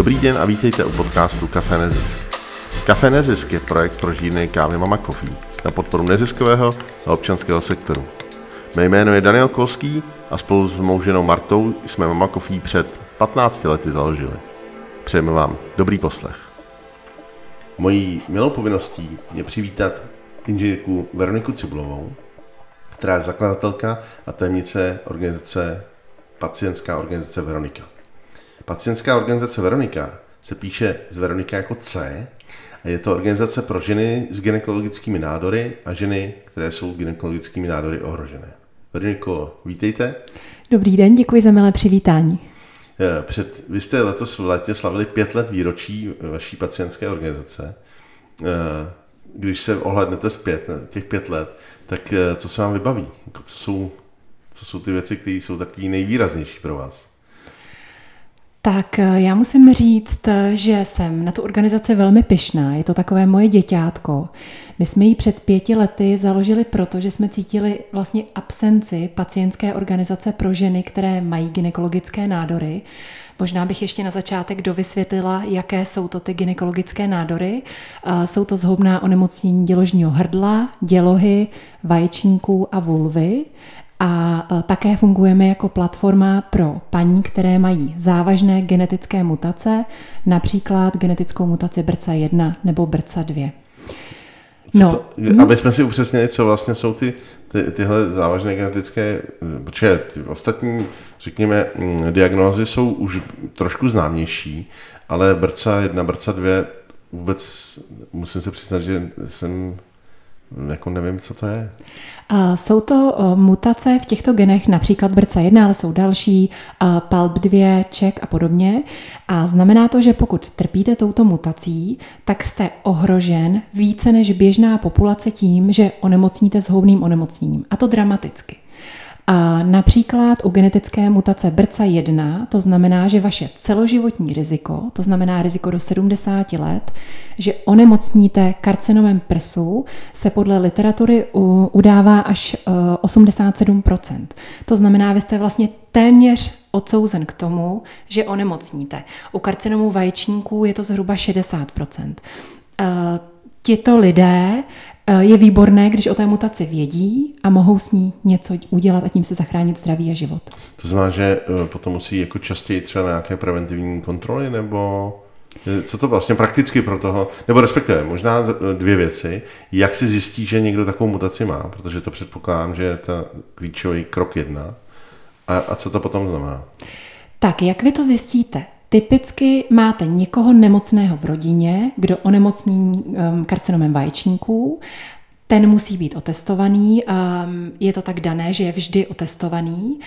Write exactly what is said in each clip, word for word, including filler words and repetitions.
Dobrý den a vítejte u podcastu Café Nezisk. Café Nezisk je projekt pro žírny kávy Mama Coffee na podporu neziskového a občanského sektoru. Mé jméno je Daniel Kolský a spolu s mou ženou Martou jsme Mama Coffee před patnácti lety založili. Přejeme vám dobrý poslech. Mojí milou povinností je přivítat inženýrku Veroniku Cibulovou, která je zakladatelka a tajemnice organizace Pacientská organizace Veronika. Pacientská organizace Veronika se píše z Veronika jako C a je to organizace pro ženy s gynekologickými nádory a ženy, které jsou gynekologickými nádory ohrožené. Veroniko, vítejte. Dobrý den, děkuji za milé přivítání. Před, vy jste letos v létě slavili pět let výročí vaší pacientské organizace. Když se ohlédnete zpět na těch pět let, tak co se vám vybaví? Co jsou, co jsou ty věci, které jsou taky nejvýraznější pro vás? Tak já musím říct, že jsem na tu organizaci velmi pyšná. Je to takové moje děťátko. My jsme ji před pěti lety založili proto, že jsme cítili vlastně absenci pacientské organizace pro ženy, které mají gynekologické nádory. Možná bych ještě na začátek dovysvětlila, jaké jsou to ty gynekologické nádory. Jsou to zhoubná onemocnění děložního hrdla, dělohy, vaječníků a vulvy. A také fungujeme jako platforma pro paní, které mají závažné genetické mutace, například genetickou mutaci B R C A jedna nebo B R C A dva. No. To, aby jsme si upřesnili, co vlastně jsou ty, ty, tyhle závažné genetické, protože ty ostatní, řekněme, diagnózy jsou už trošku známější, ale B R C A jedna, B R C A dva vůbec musím se přiznat, že jsem jako nevím, co to je. Jsou to mutace v těchto genech, například B R C A jedna, ale jsou další, P A L B dva, ček a podobně. A znamená to, že pokud trpíte touto mutací, tak jste ohrožen více než běžná populace tím, že onemocníte zhoubným onemocněním. A to dramaticky. A například u genetické mutace B R C A jedna, to znamená, že vaše celoživotní riziko, to znamená riziko do sedmdesáti let, že onemocníte karcinomem prsu, se podle literatury udává až osmdesát sedm procent. To znamená, vy jste vlastně téměř odsouzen k tomu, že onemocníte. U karcinomu vaječníků je to zhruba šedesát procent. Tito lidé je výborné, když o té mutaci vědí a mohou s ní něco udělat a tím se zachránit zdraví a život. To znamená, že potom musí jako častěji třeba nějaké preventivní kontroly, nebo co to vlastně prakticky pro toho, nebo respektive možná dvě věci, jak se zjistí, že někdo takovou mutaci má, protože to předpokládám, že je to klíčový krok jedna. A, a co to potom znamená? Tak, jak vy to zjistíte? Typicky máte někoho nemocného v rodině, kdo onemocní um, karcinomem vaječníků. Ten musí být otestovaný. Um, je to tak dané, že je vždy otestovaný.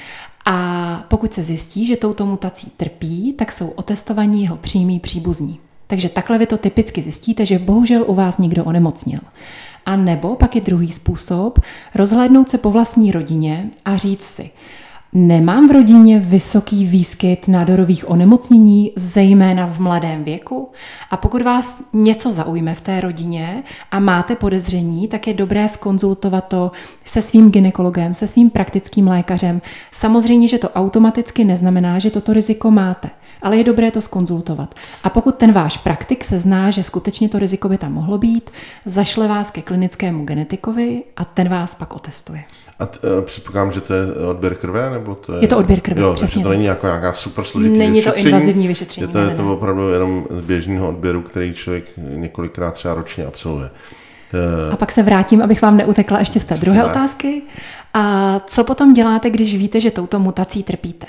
A pokud se zjistí, že touto mutací trpí, tak jsou otestovaní jeho přímí příbuzní. Takže takhle vy to typicky zjistíte, že bohužel u vás někdo onemocněl. A nebo pak je druhý způsob, rozhlédnout se po vlastní rodině a říct si, nemám v rodině vysoký výskyt nádorových onemocnění, zejména v mladém věku? A pokud vás něco zaujme v té rodině a máte podezření, tak je dobré zkonzultovat to se svým gynekologem, se svým praktickým lékařem. Samozřejmě, že to automaticky neznamená, že toto riziko máte, ale je dobré to zkonzultovat. A pokud ten váš praktik se zná, že skutečně to riziko by tam mohlo být, zašle vás ke klinickému genetikovi a ten vás pak otestuje. A t, předpokládám, že to je odběr krve? Nebo to je... je to odběr krve, jo, přesně. To není jako nějaká super složitý Není vyšetření. to invazivní vyšetření. Je to, je to opravdu jenom z běžného odběru, který člověk několikrát třeba ročně absolvuje. A pak se vrátím, abych vám neutekla ještě z té druhé otázky. A co potom děláte, když víte, že touto mutací trpíte?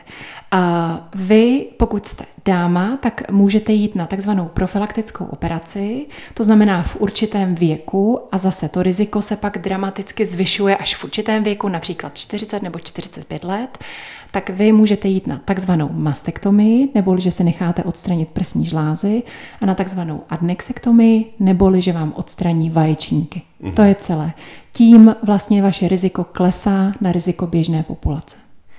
A vy, pokud jste dáma, tak můžete jít na takzvanou profilaktickou operaci, to znamená v určitém věku a zase to riziko se pak dramaticky zvyšuje až v určitém věku, například čtyřicet nebo čtyřicet pět let, tak vy můžete jít na takzvanou mastektomii, neboli že se necháte odstranit prsní žlázy, a na takzvanou adnexektomii, neboli že vám odstraní vaječníky. Mhm. To je celé. Tím vlastně vaše riziko klesá na riziko běžné populace.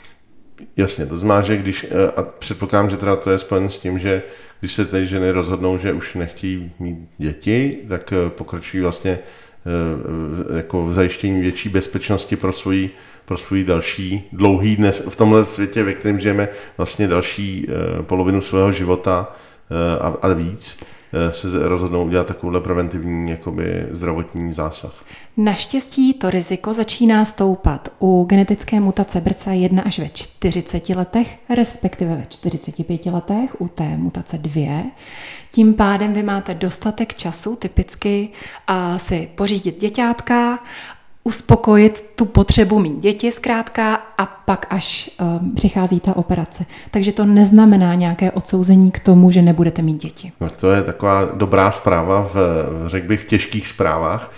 Jasně, to znamená, že když, a předpokládám, že teda to je spojen s tím, že když se tady ženy rozhodnou, že už nechtějí mít děti, tak pokračují vlastně jako v zajištění větší bezpečnosti pro svoji, pro svůj další dlouhý dnes v tomhle světě, ve kterém žijeme vlastně další polovinu svého života a, a víc se rozhodnou udělat takovouhle preventivní jakoby, zdravotní zásah. Naštěstí to riziko začíná stoupat u genetické mutace B R C A jedna až ve čtyřiceti letech, respektive ve čtyřiceti pěti letech u té mutace dvě. Tím pádem vy máte dostatek času typicky a si pořídit děťátka, uspokojit tu potřebu mít děti zkrátka a pak až um, přichází ta operace. Takže to neznamená nějaké odsouzení k tomu, že nebudete mít děti. Tak to je taková dobrá zpráva, v, řekl bych, v těžkých zprávách.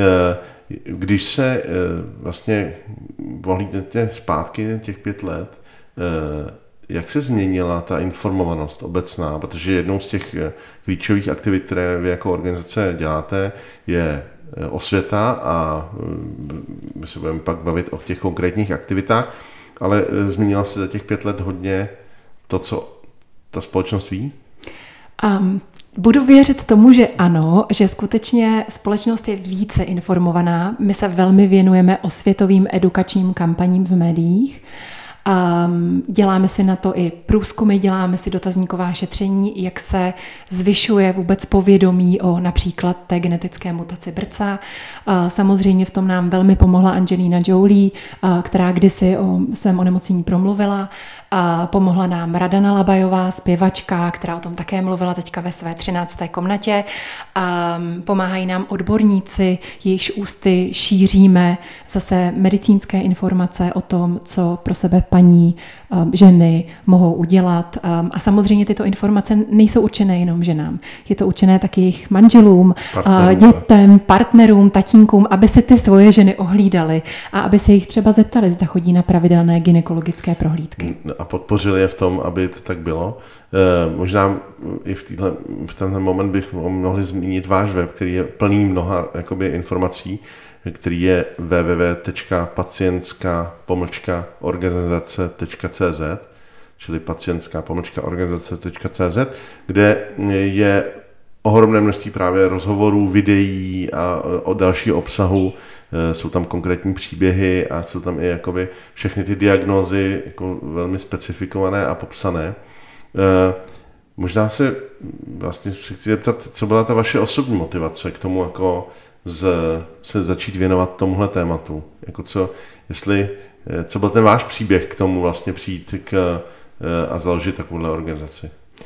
Když se vlastně pohlídnete zpátky těch pět let, jak se změnila ta informovanost obecná, protože jednou z těch klíčových aktivit, které vy jako organizace děláte, je osvěta a my se budeme pak bavit o těch konkrétních aktivitách, ale změnila se za těch pět let hodně to, co ta společnost ví? Um, budu věřit tomu, že ano, že skutečně společnost je více informovaná. My se velmi věnujeme osvětovým edukačním kampaním v médiích. Um, děláme si na to i průzkumy, děláme si dotazníková šetření, jak se zvyšuje vůbec povědomí o například té genetické mutaci B R C A. Uh, samozřejmě v tom nám velmi pomohla Angelina Jolie, uh, která kdysi o svém onemocnění promluvila. A pomohla nám Radana Labajová, zpěvačka, která o tom také mluvila teďka ve své třinácté komnatě. A pomáhají nám odborníci, jejichž ústy šíříme zase medicínské informace o tom, co pro sebe paní, ženy mohou udělat. A samozřejmě tyto informace nejsou určené jenom ženám. Je to určené taky jejich manželům, partnerům. dětem, partnerům, tatínkům, aby se ty svoje ženy ohlídali a aby se jich třeba zeptali, zda chodí na pravidelné gynekologické prohlídky. A podpořili je v tom, aby to tak bylo. E, možná i v, týhle, v tenhle moment bych mohli zmínit váš web, který je plný mnoha jakoby, informací, který je w w w tečka pacientská pomlčka organizace tečka c z, čili pacientská pomlčka organizace tečka c z, kde je ohromné množství právě rozhovorů, videí a o dalšího obsahu. Jsou tam konkrétní příběhy a jsou tam i jakoby všechny ty diagnózy jako velmi specifikované a popsané. E, možná se vlastně chci zeptat, co byla ta vaše osobní motivace k tomu jako z, se začít věnovat tomuhle tématu. Jako co, jestli, co byl ten váš příběh k tomu vlastně přijít k, a založit takovouhle organizaci?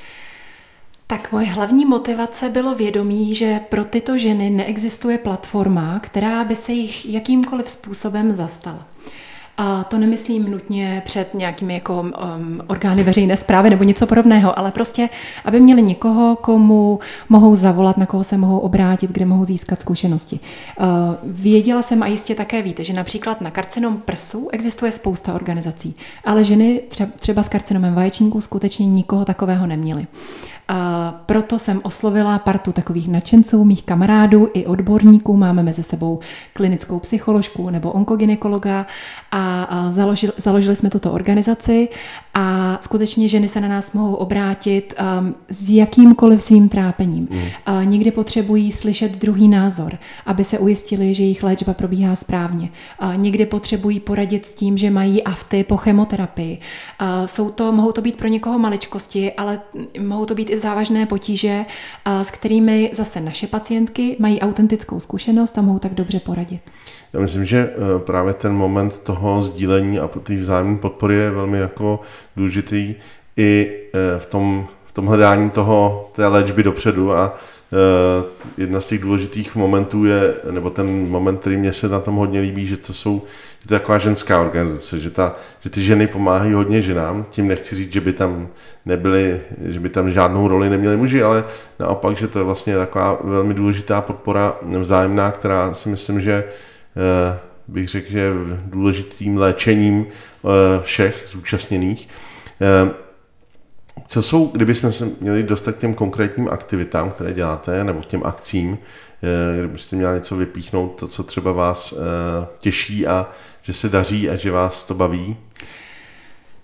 Tak moje hlavní motivace bylo vědomí, že pro tyto ženy neexistuje platforma, která by se jich jakýmkoliv způsobem zastala. A to nemyslím nutně před nějakými jako um, orgány veřejné správy nebo něco podobného, ale prostě, aby měli někoho, komu mohou zavolat, na koho se mohou obrátit, kde mohou získat zkušenosti. Uh, věděla jsem a jistě také víte, že například na karcinom prsu existuje spousta organizací, ale ženy třeba s karcinomem vaječníků skutečně nikoho takového neměly. A proto jsem oslovila partu takových nadšenců, mých kamarádů i odborníků. Máme mezi sebou klinickou psycholožku nebo onkogynekologa a založili, založili jsme tuto organizaci a skutečně ženy se na nás mohou obrátit um, s jakýmkoliv svým trápením. Mm. Uh, někdy potřebují slyšet druhý názor, aby se ujistili, že jejich léčba probíhá správně. Uh, někdy potřebují poradit s tím, že mají afty po chemoterapii. Uh, jsou to, mohou to být pro někoho maličkosti, ale mohou to být i závažné potíže, uh, s kterými zase naše pacientky mají autentickou zkušenost a mohou tak dobře poradit. Já myslím, že právě ten moment toho sdílení a té vzájemné podpory je velmi jako důležitý i v tom, v tom hledání toho, té léčby dopředu a jedna z těch důležitých momentů je, nebo ten moment, který mě se na tom hodně líbí, že to jsou že to je taková ženská organizace, že, ta, že ty ženy pomáhají hodně ženám, tím nechci říct, že by tam nebyly, že by tam žádnou roli neměli muži, ale naopak, že to je vlastně taková velmi důležitá podpora vzájemná, která si myslím, že bych řekl, že důležitým léčením všech zúčastněných. Co jsou, kdybychom se měli dostat k těm konkrétním aktivitám, které děláte, nebo k těm akcím, kdybyste měla něco vypíchnout, to, co třeba vás těší a že se daří a že vás to baví?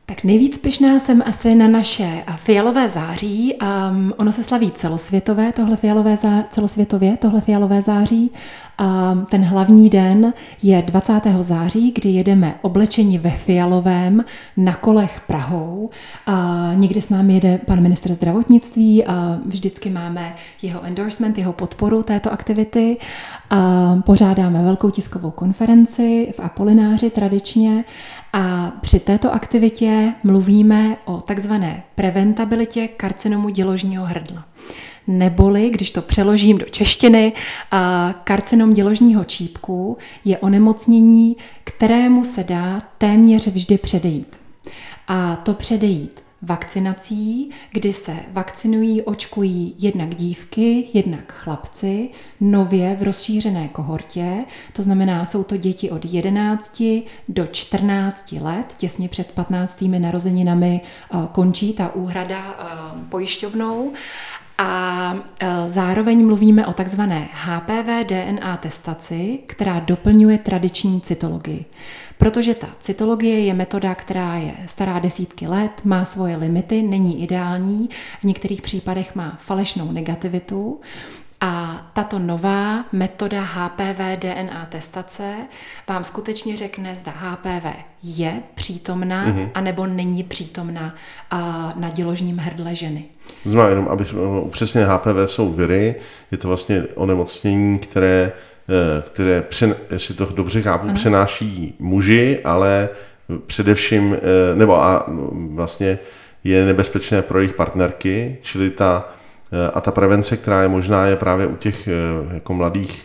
Tak nejvíc pyšná jsem asi na naše fialové září. Um, ono se slaví celosvětové, tohle fialové zá, celosvětově, tohle fialové září. Um, ten hlavní den je dvacátého září, kdy jedeme oblečeni ve fialovém na kolech Prahou. Uh, někdy s námi jede pan ministr zdravotnictví, uh, vždycky máme jeho endorsement, jeho podporu této aktivity. Uh, pořádáme velkou tiskovou konferenci v Apolináři tradičně a při této aktivitě mluvíme o takzvané preventabilitě karcinomu děložního hrdla. Neboli, když to přeložím do češtiny, karcinom děložního čípku je onemocnění, kterému se dá téměř vždy předejít. A to předejít vakcinací, kdy se vakcinují, očkují jednak dívky, jednak chlapci, nově v rozšířené kohortě, to znamená, jsou to děti od jedenácti do čtrnácti let, těsně před patnáctými narozeninami končí ta úhrada pojišťovnou. A zároveň mluvíme o takzvané H P V D N A testaci, která doplňuje tradiční cytologii. Protože ta cytologie je metoda, která je stará desítky let, má svoje limity, není ideální, v některých případech má falešnou negativitu. A tato nová metoda H P V D N A testace vám skutečně řekne, zda H P V je přítomná, mm-hmm. anebo není přítomná na děložním hrdle ženy. Znamená jenom, aby přesně H P V jsou viry, je to vlastně onemocnění, které, které jestli to dobře chápu, ano. přenáší muži, ale především, nebo a vlastně je nebezpečné pro jejich partnerky, čili ta a ta prevence, která je možná, je právě u těch jako mladých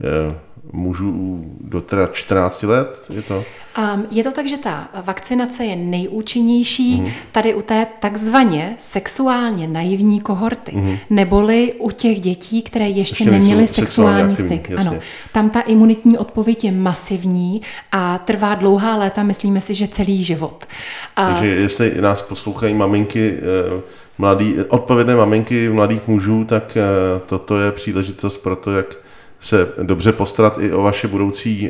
mužů do teda čtrnácti let, je to? Um, je to tak, že ta vakcinace je nejúčinnější mm. tady u té takzvaně sexuálně naivní kohorty, mm. neboli u těch dětí, které ještě, ještě neměly sexuální styk. Ano, tam ta imunitní odpověď je masivní a trvá dlouhá léta, myslíme si, že celý život. Takže jestli nás poslouchají maminky, mladý, odpovědné maminky mladých mužů, tak toto je příležitost pro to, jak se dobře postarat i o vaše budoucí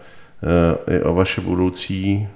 i o vaše budoucí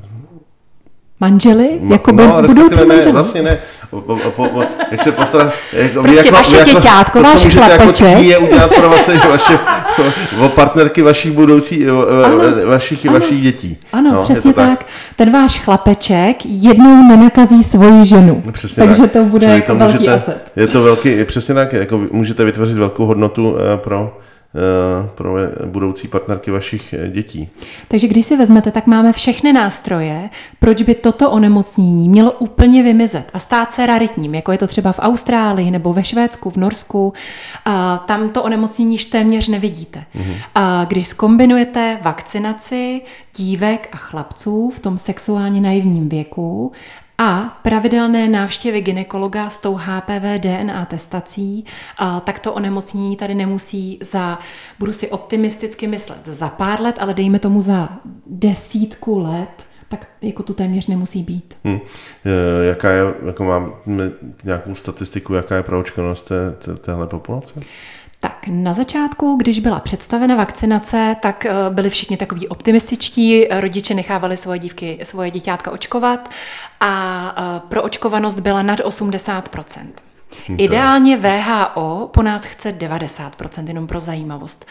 manžely? Ma, jako no, budoucí ne, manžely? Vlastně ne. O, o, o, jak se postarat... Jak, prostě jak, vaše jako, děťátko, váš to, chlapeček. Jako je udělat pro vás, vaše, o partnerky vašich budoucí, o, vašich, ano, vašich dětí. Ano, no, přesně tak. tak. Ten váš chlapeček jednou nenakazí svoji ženu. Přesně takže tak. To bude jako to velký můžete, aset. Je to velký, přesně tak, jako můžete vytvořit velkou hodnotu pro... pro budoucí partnerky vašich dětí. Takže když si vezmete, tak máme všechny nástroje, proč by toto onemocnění mělo úplně vymizet a stát se raritním, jako je to třeba v Austrálii nebo ve Švédsku, v Norsku. A tam to onemocnění již téměř nevidíte. Mm-hmm. A když zkombinujete vakcinaci dívek a chlapců v tom sexuálně naivním věku a pravidelné návštěvy gynekologa s tou H P V D N A testací, a tak to onemocnění tady nemusí za, budu si optimisticky myslet, za pár let, ale dejme tomu za desítku let, tak jako tu téměř nemusí být. Hmm. Jaká je, jako mám nějakou statistiku, jaká je proočkovanost té, té, téhle populace? Tak na začátku, když byla představena vakcinace, tak byli všichni takový optimističtí, rodiče nechávali svoje dívky, svoje děťátka očkovat a proočkovanost byla nad osmdesát procent. Okay. Ideálně W H O po nás chce devadesát procent, jenom pro zajímavost.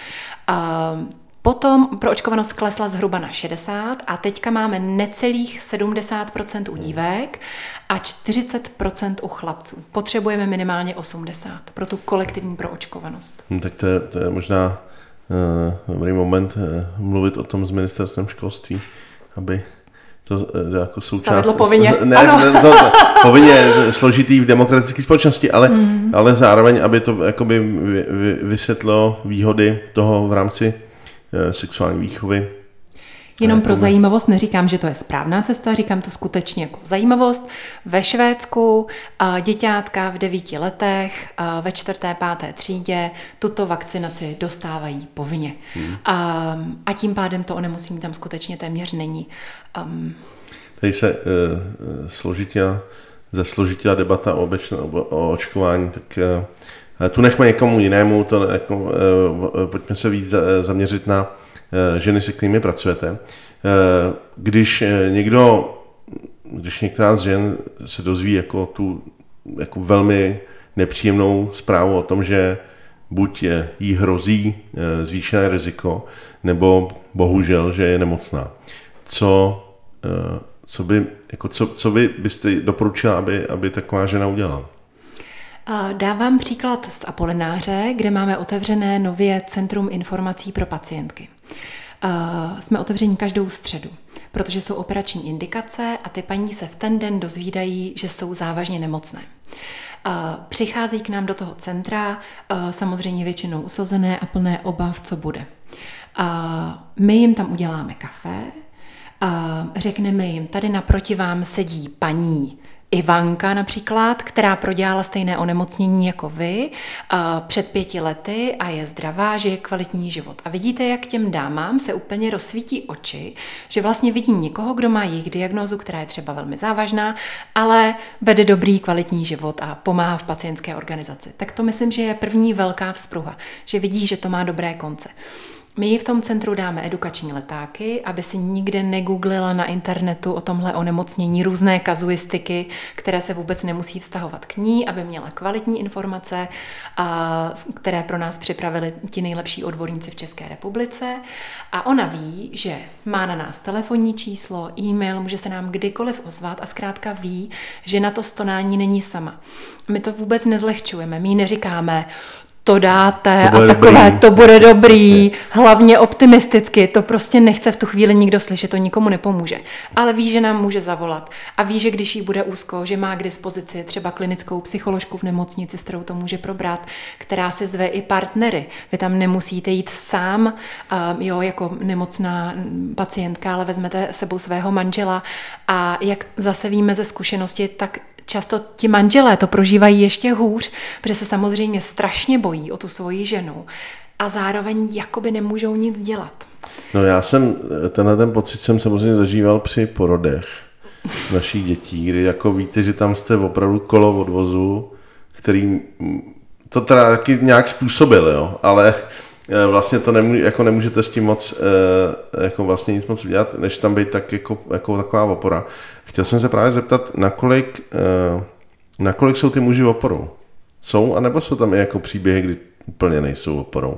Potom proočkovanost klesla zhruba na šedesát a teďka máme necelých sedmdesát procent u dívek a čtyřicet procent u chlapců. Potřebujeme minimálně osmdesát pro tu kolektivní proočkovanost. Hmm, tak to je, to je možná uh, dobrý moment uh, mluvit o tom s ministerstvem školství, aby to uh, jako součást... Zavedlo povinně. Ne, ano. Ne, to, to, povinně složitý v demokratické společnosti, ale, mm. ale zároveň, aby to jakoby vy, vy, vysvětlo výhody toho v rámci sexuální výchovy. Jenom pro zajímavost, neříkám, že to je správná cesta, říkám to skutečně jako zajímavost. Ve Švédsku děťátka v devíti letech ve čtvrté, páté třídě tuto vakcinaci dostávají povinně. Hmm. A, a tím pádem to onemocnění tam skutečně téměř není. Um, Tady se uh, složitila, zasložitila debata o, obečné, o očkování, tak uh, tu nechme někomu jinému, to jako, uh, pojďme se víc zaměřit na uh, ženy, se kterými pracujete. Uh, když uh, někdo když některá z žen se dozví jako tu jako velmi nepříjemnou zprávu o tom, že buď je, jí hrozí zvýšené riziko, nebo bohužel, že je nemocná. Co, co, by, jako co, co by byste doporučila, aby, aby taková žena udělala? Dávám příklad z Apolináře, kde máme otevřené nově Centrum informací pro pacientky. Jsme otevření každou středu, protože jsou operační indikace a ty paní se v ten den dozvídají, že jsou závažně nemocné. Přichází k nám do toho centra, samozřejmě většinou usazené a plné obav, co bude. My jim tam uděláme kafe, řekneme jim, tady naproti vám sedí paní Ivanka například, která prodělala stejné onemocnění jako vy před pěti lety a je zdravá, že je kvalitní život. A vidíte, jak těm dámám se úplně rozsvítí oči, že vlastně vidí někoho, kdo má jejich diagnózu, která je třeba velmi závažná, ale vede dobrý kvalitní život a pomáhá v pacientské organizaci. Tak to myslím, že je první velká vzpruha, že vidí, že to má dobré konce. My v tom centru dáme edukační letáky, aby si nikde negooglila na internetu o tomhle onemocnění různé kazuistiky, které se vůbec nemusí vztahovat k ní, aby měla kvalitní informace, které pro nás připravili ti nejlepší odborníci v České republice. A ona ví, že má na nás telefonní číslo, e-mail, může se nám kdykoliv ozvat a zkrátka ví, že na to stonání není sama. My to vůbec nezlehčujeme, my jí neříkáme, to dáte to a takové, dobrý. To bude dobrý, hlavně optimisticky, to prostě nechce v tu chvíli nikdo slyšet, to nikomu nepomůže. Ale ví, že nám může zavolat a ví, že když jí bude úzko, že má k dispozici třeba klinickou psycholožku v nemocnici, s kterou to může probrat, která si zve i partnery. Vy tam nemusíte jít sám, jo, jako nemocná pacientka, ale vezmete sebou svého manžela a jak zase víme ze zkušenosti, tak často ti manželé to prožívají ještě hůř, protože se samozřejmě strašně bojí o tu svoji ženu a zároveň jakoby nemůžou nic dělat. No já jsem, tenhle ten pocit jsem samozřejmě zažíval při porodech našich dětí, kdy jako víte, že tam jste opravdu kolo odvozu, který to teda taky nějak způsobil, jo, ale vlastně to nemů, jako nemůžete s tím moc jako vlastně nic moc udělat, než tam být tak jako, jako taková opora. Chtěl jsem se právě zeptat, nakolik, nakolik jsou ty muži oporou? Jsou, anebo jsou tam i jako příběhy, kdy úplně nejsou oporou?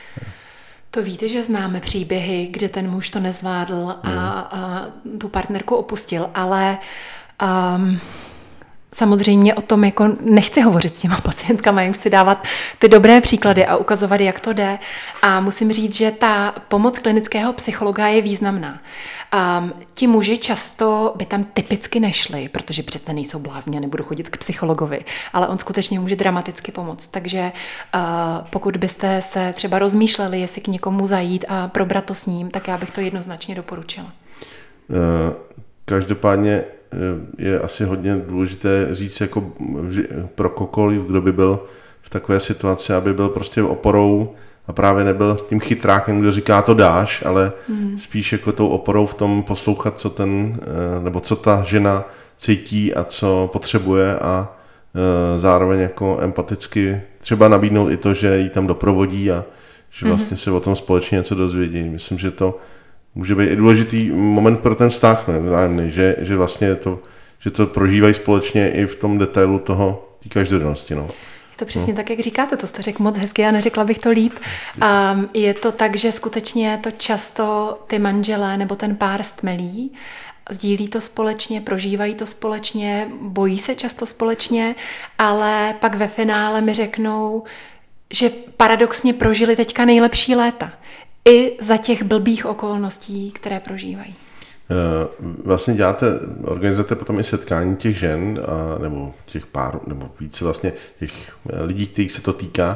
To víte, že známe příběhy, kde ten muž to nezvládl a, hmm. a tu partnerku opustil, ale um, samozřejmě o tom jako nechci hovořit s těma pacientkama, jim chci dávat ty dobré příklady a ukazovat, jak to jde. A musím říct, že ta pomoc klinického psychologa je významná. Um, ti muži často by tam typicky nešli, protože přece nejsou blázni a nebudou chodit k psychologovi, ale on skutečně může dramaticky pomoct. Takže uh, pokud byste se třeba rozmýšleli, jestli k někomu zajít a probrat to s ním, tak já bych to jednoznačně doporučila. Uh, každopádně je asi hodně důležité říct jako pro kohokoliv, kdo by byl v takové situaci, aby byl prostě oporou a právě nebyl tím chytrákem, kdo říká to dáš, ale hmm. spíš jako tou oporou v tom poslouchat, co ten, nebo co ta žena cítí a co potřebuje a zároveň jako empaticky třeba nabídnout i to, že jí tam doprovodí a že vlastně hmm. se o tom společně něco dozvědí. Myslím, že to může být i důležitý moment pro ten vztah, ne? že, že vlastně to, že to prožívají společně i v tom detailu toho té každodennosti. No. Je to přesně no. tak, jak říkáte, to jste řekl moc hezky a neřekla bych to líp. Um, je to tak, že skutečně to často ty manželé nebo ten pár stmelí, sdílí to společně, prožívají to společně, bojí se často společně, ale pak ve finále mi řeknou, že paradoxně prožili teďka nejlepší léta. I za těch blbých okolností, které prožívají. Vlastně děláte, organizujete potom i setkání těch žen, a, nebo těch pár, nebo více vlastně těch lidí, kterých se to týká.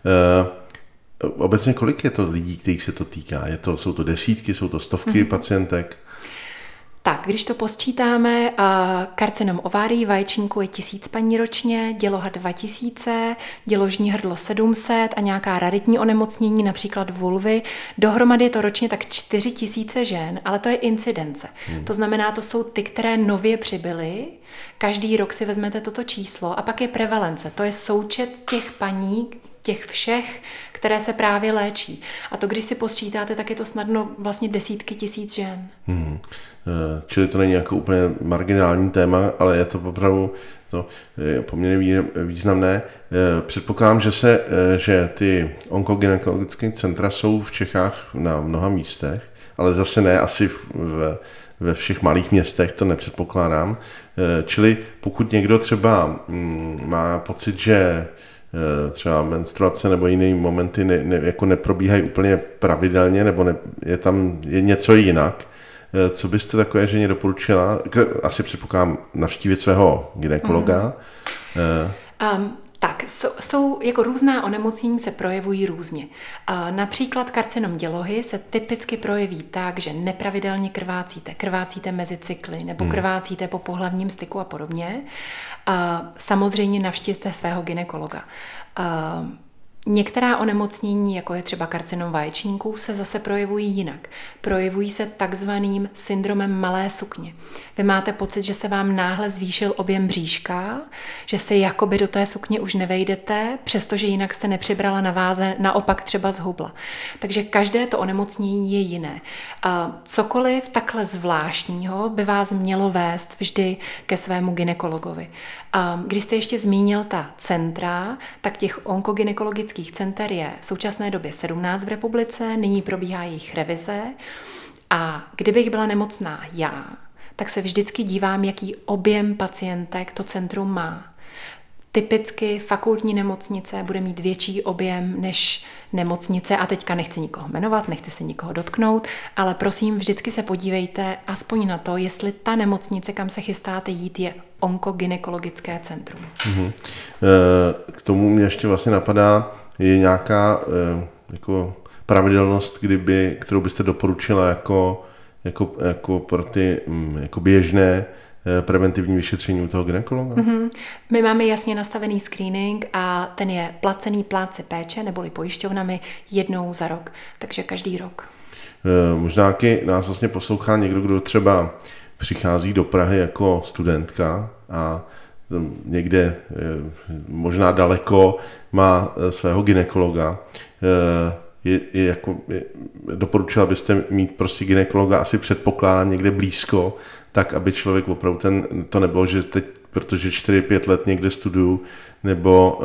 Obecně kolik je to lidí, kterých se to týká? Je to, jsou to desítky, jsou to stovky mm-hmm. pacientek? Tak, když to posčítáme, karcinom ovárií vaječníku je tisíc paní ročně, děloha dva tisíce, děložní hrdlo sedm set a nějaká raritní onemocnění, například vulvy. Dohromady je to ročně tak čtyři tisíce žen, ale to je incidence. Hmm. To znamená, to jsou ty, které nově přibyly. Každý rok si vezmete toto číslo a pak je prevalence. To je součet těch paní, těch všech, které se právě léčí. A to, když si posčítáte, tak je to snadno vlastně desítky tisíc žen. Hmm. Čili to není jako úplně marginální téma, ale je to opravdu to je poměrně významné. Předpokládám, že, se, že ty onkogynekologické centra jsou v Čechách na mnoha místech, ale zase ne asi v, ve všech malých městech, to nepředpokládám. Čili pokud někdo třeba má pocit, že třeba menstruace nebo jiné momenty ne, ne, jako neprobíhají úplně pravidelně, nebo ne, je tam je něco jinak, co byste takové ženě doporučila? Asi předpokládám navštívit svého gynekologa. Mm. Um, tak, jsou, jsou jako různá onemocnění se projevují různě. Uh, například karcinom dělohy se typicky projeví tak, že nepravidelně krvácíte, krvácíte mezi cykly nebo krvácíte po pohlavním styku a podobně. Uh, samozřejmě navštívte svého gynekologa. Uh, Některá onemocnění, jako je třeba karcinom vaječníků, se zase projevují jinak. Projevují se takzvaným syndromem malé sukně. Vy máte pocit, že se vám náhle zvýšil objem bříška, že se jakoby do té sukně už nevejdete, přestože jinak jste nepřibrala na váze, naopak třeba zhubla. Takže každé to onemocnění je jiné. Cokoliv takhle zvláštního by vás mělo vést vždy ke svému gynekologovi. Když jste ještě zmínil ta centra, tak těch onkogynekologických center je v současné době sedmnáct v republice, nyní probíhá jejich revize a kdybych byla nemocná já, tak se vždycky dívám, jaký objem pacientek to centrum má. Typicky fakultní nemocnice bude mít větší objem než nemocnice a teďka nechci nikoho jmenovat, nechci se nikoho dotknout, ale prosím, vždycky se podívejte aspoň na to, jestli ta nemocnice, kam se chystáte jít, je onkogynekologické centrum. Mm-hmm. K tomu mě ještě vlastně napadá, je nějaká jako pravidelnost, kdyby, kterou byste doporučila jako, jako, jako pro ty jako běžné preventivní vyšetření u toho gynekologa? Mm-hmm. My máme jasně nastavený screening a ten je placený plátce péče neboli pojišťovnami jednou za rok, takže každý rok. E, možná taky nás vlastně poslouchá někdo, kdo třeba přichází do Prahy jako studentka a někde e, možná daleko má svého gynekologa. E, je, je jako, je, doporučila byste mít prostě gynekologa, asi předpokládám někde blízko, tak, aby člověk opravdu ten, to nebylo, že teď, protože čtyři pět let někde studuju, nebo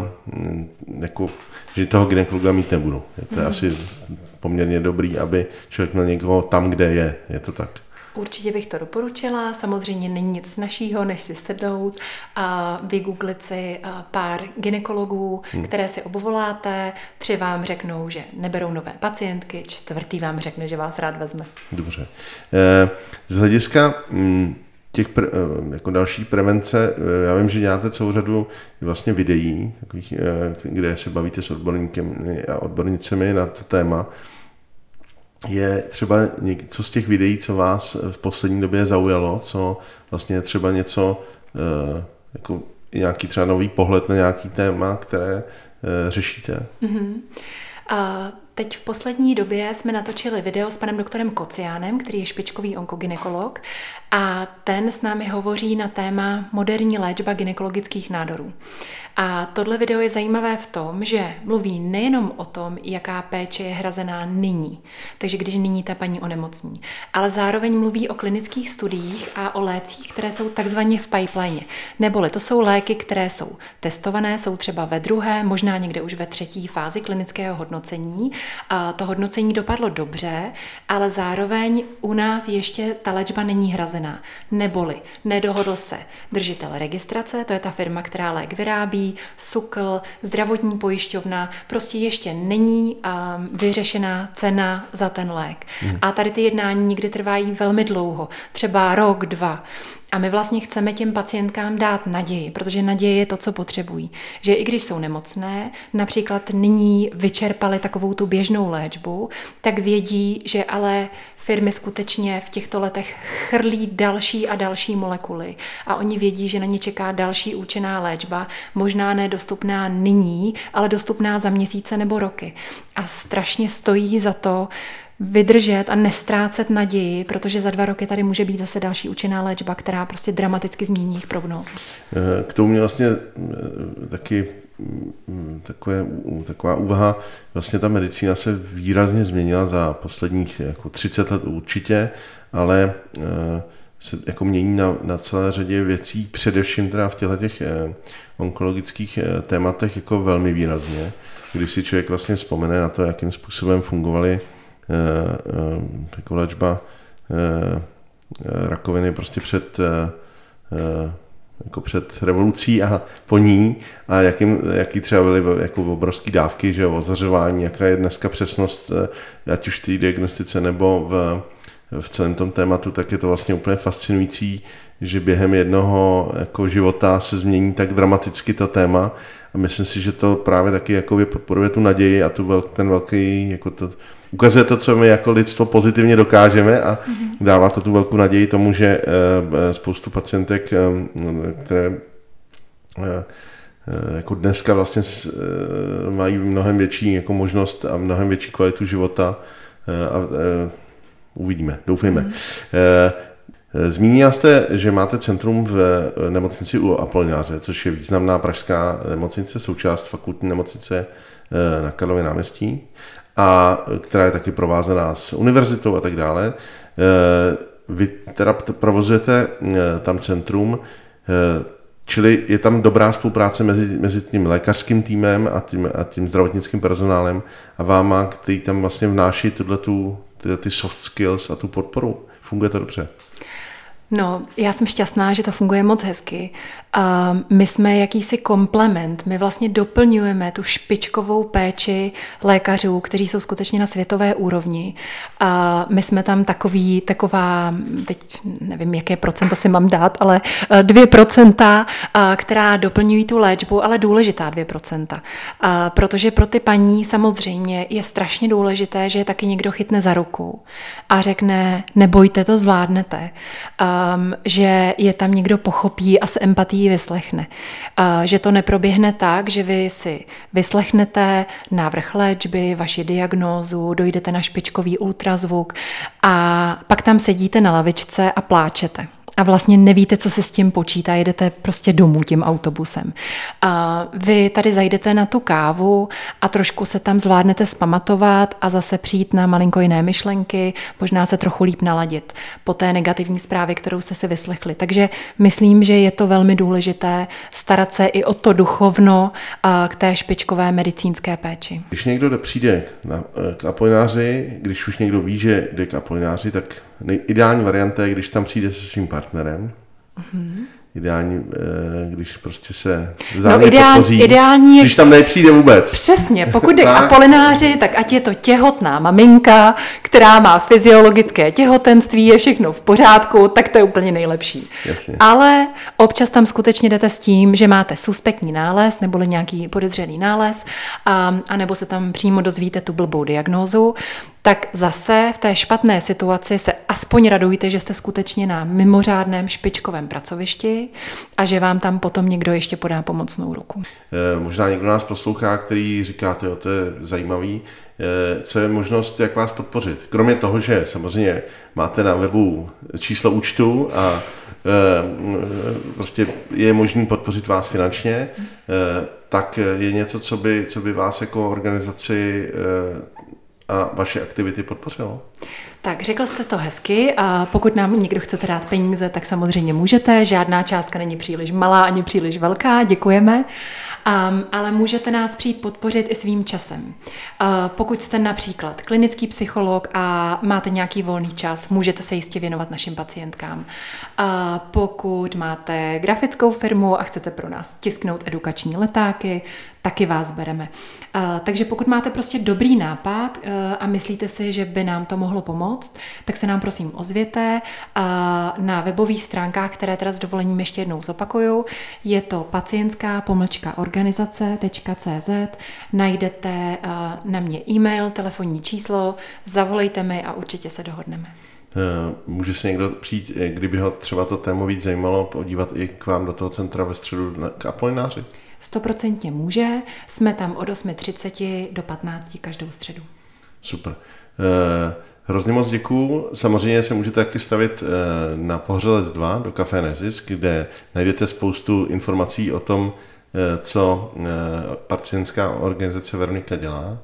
uh, jako, že toho gynekologa mít nebudu. To je mm. asi poměrně dobrý, aby člověk měl někoho tam, kde je. Je to tak? Určitě bych to doporučila, samozřejmě není nic snažšího, než si sednout a vygooglit si pár gynekologů, hmm. které si obvoláte, tři vám řeknou, že neberou nové pacientky, čtvrtý vám řekne, že vás rád vezme. Dobře. Z hlediska těch pre, jako další prevence, já vím, že děláte celou řadu vlastně videí, takových, kde se bavíte s odborníky a odbornicemi na to téma. Je třeba něco z těch videí, co vás v poslední době zaujalo, co vlastně je třeba něco, jako nějaký třeba nový pohled na nějaký téma, které řešíte? Mm-hmm. Uh, teď v poslední době jsme natočili video s panem doktorem Kociánem, který je špičkový onkogynekolog a ten s námi hovoří na téma moderní léčba gynekologických nádorů. A tohle video je zajímavé v tom, že mluví nejenom o tom, jaká péče je hrazená nyní, takže když nyní ta paní onemocní, ale zároveň mluví o klinických studiích a o lécích, které jsou takzvaně v pipeline. Neboli to jsou léky, které jsou testované, jsou třeba ve druhé, možná někde už ve třetí fázi klinického hodnocení. A to hodnocení dopadlo dobře, ale zároveň u nás ještě ta léčba není hrazená. Neboli nedohodl se držitel registrace, to je ta firma, která lék vyrábí, SÚKL, zdravotní pojišťovna, prostě ještě není um, vyřešená cena za ten lék. Hmm. A tady ty jednání někdy trvají velmi dlouho, třeba rok, dva. A my vlastně chceme těm pacientkám dát naději, protože naděje je to, co potřebují. Že i když jsou nemocné, například nyní vyčerpali takovou tu běžnou léčbu, tak vědí, že ale firmy skutečně v těchto letech chrlí další a další molekuly a oni vědí, že na ně čeká další účinná léčba, možná nedostupná nyní, ale dostupná za měsíce nebo roky. A strašně stojí za to vydržet a nestrácet naději, protože za dva roky tady může být zase další účinná léčba, která prostě dramaticky změní jejich prognózu. K tomu mě vlastně taky takové, taková úvaha, vlastně ta medicína se výrazně změnila za posledních jako třicet let určitě, ale se jako mění na, na celé řadě věcí, především teda v těchto těch onkologických tématech jako velmi výrazně. Když si člověk vlastně vzpomene na to, jakým způsobem fungovaly jako léčba rakoviny prostě před jako před revolucí a po ní a jakým, jaký třeba byly jako obrovské dávky, že ozařování, jaká je dneska přesnost, ať už v té diagnostice nebo v, v celém tom tématu, tak je to vlastně úplně fascinující, že během jednoho jako života se změní tak dramaticky to téma a myslím si, že to právě taky jakoby podporuje tu naději a tu vel, ten velký, jako to, ukazuje to, co my jako lidstvo pozitivně dokážeme a dává to tu velkou naději tomu, že spoustu pacientek, které jako dneska vlastně mají mnohem větší jako možnost a mnohem větší kvalitu života a uvidíme, doufejme. Mm. Zmínila jste, že máte centrum v nemocnici u Apolináře, což je významná pražská nemocnice, součást fakultní nemocnice na Karlově náměstí, a která je taky provázená s univerzitou a tak dále. Vy teda provozujete tam centrum, čili je tam dobrá spolupráce mezi, mezi tím lékařským týmem a tím, a tím zdravotnickým personálem a váma, který tam vlastně vnáší tuto, tyhle ty soft skills a tu podporu. Funguje to dobře? No, já jsem šťastná, že to funguje moc hezky. A my jsme jakýsi komplement, my vlastně doplňujeme tu špičkovou péči lékařů, kteří jsou skutečně na světové úrovni. A my jsme tam takový, taková, teď nevím, jaké procento si mám dát, ale dvě procenta, která doplňují tu léčbu, ale důležitá dvě procenta. A protože pro ty paní samozřejmě je strašně důležité, že je taky někdo chytne za ruku a řekne, nebojte, to zvládnete. Um, že je tam někdo pochopí a s empatií vyslechne. Uh, že to neproběhne tak, že vy si vyslechnete návrh léčby, vaši diagnózu, dojdete na špičkový ultrazvuk a pak tam sedíte na lavičce a pláčete. A vlastně nevíte, co se s tím počítá, jedete prostě domů tím autobusem. A vy tady zajdete na tu kávu a trošku se tam zvládnete zpamatovat a zase přijít na malinko jiné myšlenky, možná se trochu líp naladit po té negativní zprávě, kterou jste si vyslechli. Takže myslím, že je to velmi důležité starat se i o to duchovno k té špičkové medicínské péči. Když někdo přijde na, k Apolináři, když už někdo ví, že jde k Apolináři, tak ideální varianta je, když tam přijde se svým partnerem. Mm-hmm. Ideální, když prostě se vzájemně no, ideál, podpoří, ideální je, když tam nepřijde vůbec. Přesně, pokud jde k Apolináři, tak ať je to těhotná maminka, která má fyziologické těhotenství, je všechno v pořádku, tak to je úplně nejlepší. Jasně. Ale občas tam skutečně jdete s tím, že máte suspektní nález, neboli nějaký podezřelý nález, a, a nebo se tam přímo dozvíte tu blbou diagnózu, tak zase v té špatné situaci se aspoň radujte, že jste skutečně na mimořádném špičkovém pracovišti a že vám tam potom někdo ještě podá pomocnou ruku. E, možná někdo nás poslouchá, který říká, to, to je zajímavý, e, co je možnost, jak vás podpořit. Kromě toho, že samozřejmě máte na webu číslo účtu a e, prostě je možné podpořit vás finančně, e, tak je něco, co by, co by vás jako organizaci e, a vaše aktivity podpořilo? Tak, řekl jste to hezky a pokud nám někdo chcete dát peníze, tak samozřejmě můžete. Žádná částka není příliš malá ani příliš velká, děkujeme. Um, ale můžete nás přijít podpořit i svým časem. Uh, pokud jste například klinický psycholog a máte nějaký volný čas, můžete se jistě věnovat našim pacientkám. Uh, pokud máte grafickou firmu a chcete pro nás tisknout edukační letáky, taky vás bereme. Uh, takže pokud máte prostě dobrý nápad uh, a myslíte si, že by nám to mohlo pomoct, tak se nám prosím ozvěte. Uh, na webových stránkách, které teda s dovolením ještě jednou zopakuju, je to pacientská pomlčka organizace tečka cé zet. Najdete uh, na mě e-mail, telefonní číslo, zavolejte mi a určitě se dohodneme. Může se někdo přijít, kdyby ho třeba to téma víc zajímalo, podívat i k vám do toho centra ve středu k Apolináři? Stoprocentně může. Jsme tam od osm třicet do patnáct každou středu. Super. Eh, hrozně moc děkuju. Samozřejmě se můžete taky stavit eh, na Pohřelec dva do Café Nezisk, kde najdete spoustu informací o tom, co pacientská organizace Veronika dělá.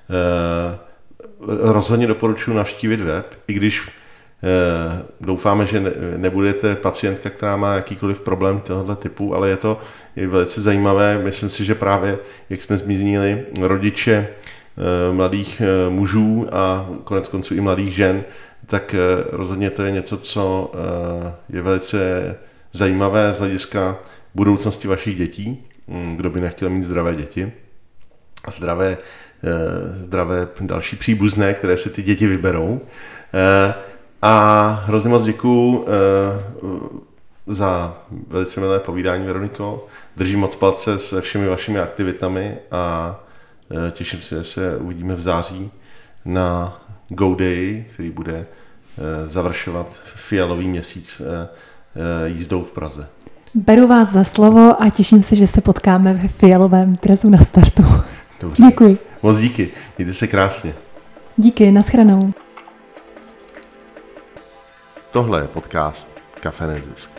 Rozhodně doporučuji navštívit web, i když doufáme, že nebudete pacientka, která má jakýkoliv problém tohoto typu, ale je to je velice zajímavé. Myslím si, že právě, jak jsme zmínili, rodiče mladých mužů a konec konců i mladých žen, tak rozhodně to je něco, co je velice zajímavé z hlediska budoucnosti vašich dětí. Kdo by nechtěl mít zdravé děti a zdravé, zdravé další příbuzné, které si ty děti vyberou. A hrozně moc děkuju za velice milé povídání, Veroniko. Držím moc palce se všemi vašimi aktivitami a těším se, že se uvidíme v září na Go Day, který bude završovat fialový měsíc jízdou v Praze. Beru vás za slovo a těším se, že se potkáme ve fialovém dresu na startu. Dobře. Děkuji. Moc díky. Mějte se krásně. Díky, nashledanou. Tohle je podcast Café Nezisk.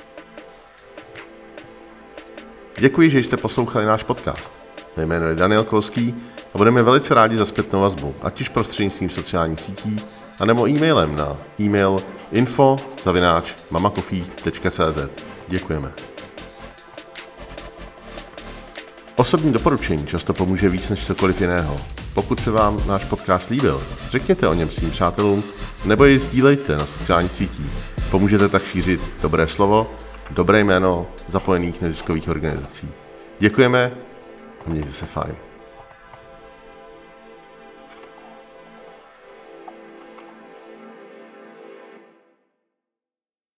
Děkuji, že jste poslouchali náš podcast. Mé jméno je Daniel Kolský a budeme velice rádi za zpětnou vazbu, ať už prostřednictvím sociálních sítí, anebo e-mailem na e-mail info zavináč mamacoffee tečka cé zet. Děkujeme. Osobní doporučení často pomůže víc než cokoliv jiného. Pokud se vám náš podcast líbil, řekněte o něm svým přátelům nebo jej sdílejte na sociálních sítích. Pomůžete tak šířit dobré slovo, dobré jméno zapojených neziskových organizací. Děkujeme a mějte se fajn.